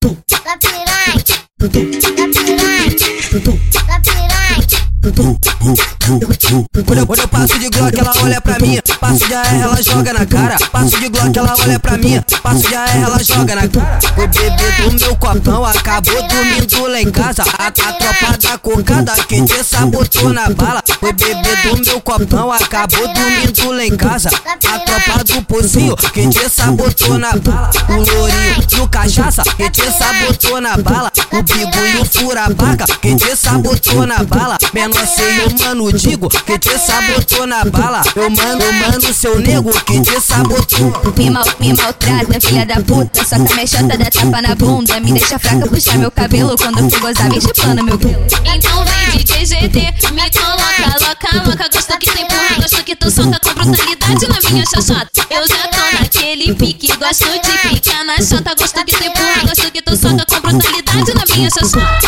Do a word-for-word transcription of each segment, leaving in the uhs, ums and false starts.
da piranha, da piranha, da piranha. Quando eu, quando eu passo de Glock, ela olha pra mim. Passo de A R, ela joga na cara. Passo de Glock, ela olha pra mim. Passo de A R, ela joga na cara. O bebê do meu copão acabou dormindo lá em casa. A, a tropa da cocada que te sabotou na bala. O bebê do meu copão acabou dormindo lá em casa. A tropa do pocinho que te sabotou na bala. O lourinho do cachaça que te sabotou na bala. O bigo e o furabaca que te sabotou na bala. Menor sei, eu mano digo que te sabotou na bala. Eu mano, eu mano seu nego que te sabotou. Me, mal, me maltrata, filha da puta. Só que a minha chata dá tapa na bunda. Me deixa fraca, puxar meu cabelo. Quando eu fui gozar, me chupando meu pelo. Então vem D J G T, me coloca, loca, louca. Gosto que tu empurra, gosto que tu soca com brutalidade na minha xoxota. Eu já tô naquele pique, gosto de picar na chota. Gosto que tu empurra, gosto que tu soca com brutalidade na minha xoxota.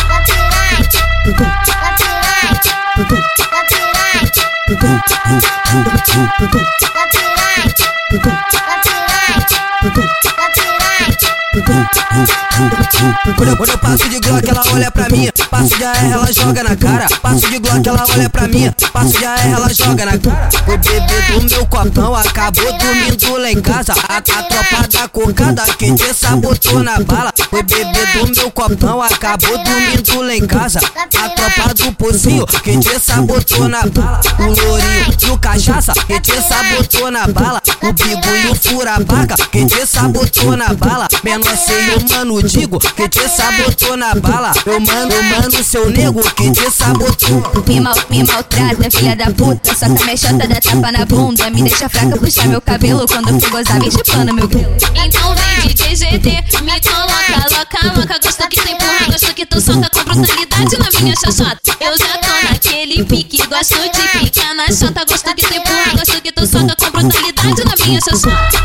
Quando eu, quando eu passo de Glock, ela olha pra mim. Passo de A R, ela joga na cara. Passo de Glock, ela olha pra mim. Passo de A R, ela joga na cara. O bebê do meu copão acabou dormindo lá em casa. A, a tropa da cocada que te sabotou na bala. O bebê do meu copão acabou dormindo lá em casa. A tropa do pocinho que te sabotou na bala. O lourinho do cachaça que te sabotou na bala. O bigo e o furabaca que te sabotou na bala. Menor sei, eu mano digo que te sabotou na bala. Eu mano, eu mano seu nego que te sabotou. Me, mal, me maltrata, filha da puta. Só que a minha chata dá tapa na bunda. Me deixa fraca, puxar meu cabelo. Quando eu fui gozar, me chupando meu pelo. Então vem D J G T, me coloca, loca, louca. Gosto que tu empurra, gosto que tu soca com brutalidade na minha xoxota. Eu já tô naquele pique, gosto de picar na chota. Gosto que tu empurra, gosto que tu soca com brutalidade na minha xoxota.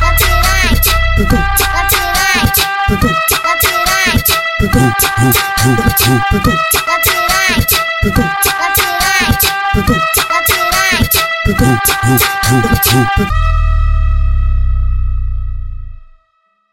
Da piranha,